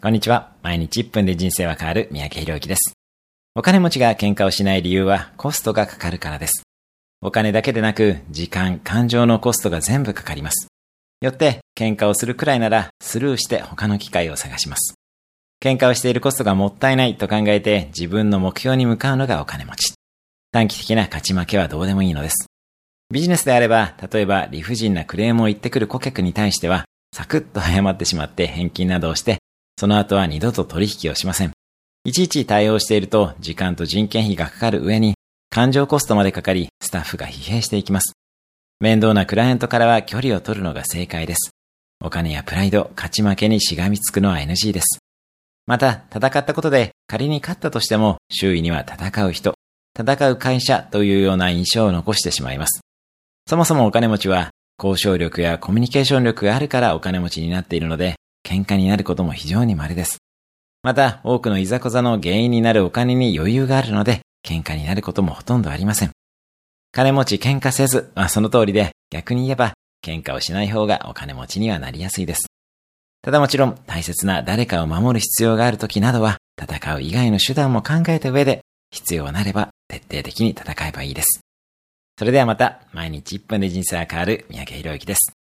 こんにちは。毎日1分で人生は変わる三宅宏之です。お金持ちが喧嘩をしない理由はコストがかかるからです。お金だけでなく時間、感情のコストが全部かかります。よって喧嘩をするくらいならスルーして他の機会を探します。喧嘩をしているコストがもったいないと考えて自分の目標に向かうのがお金持ち。短期的な勝ち負けはどうでもいいのです。ビジネスであれば、例えば理不尽なクレームを言ってくる顧客に対しては、サクッと謝ってしまって返金などをして、その後は二度と取引をしません。いちいち対応していると時間と人件費がかかる上に、感情コストまでかかり、スタッフが疲弊していきます。面倒なクライアントからは距離を取るのが正解です。お金やプライド、勝ち負けにしがみつくのは NG です。また、戦ったことで仮に勝ったとしても、周囲には戦う人、戦う会社というような印象を残してしまいます。そもそもお金持ちは交渉力やコミュニケーション力があるからお金持ちになっているので、喧嘩になることも非常に稀です。また、多くのいざこざの原因になるお金に余裕があるので、喧嘩になることもほとんどありません。金持ち喧嘩せず、その通りで、逆に言えば喧嘩をしない方がお金持ちにはなりやすいです。ただもちろん大切な誰かを守る必要があるときなどは、戦う以外の手段も考えた上で、必要なれば徹底的に戦えばいいです。それではまた、毎日1分で人生が変わる三宅宏之です。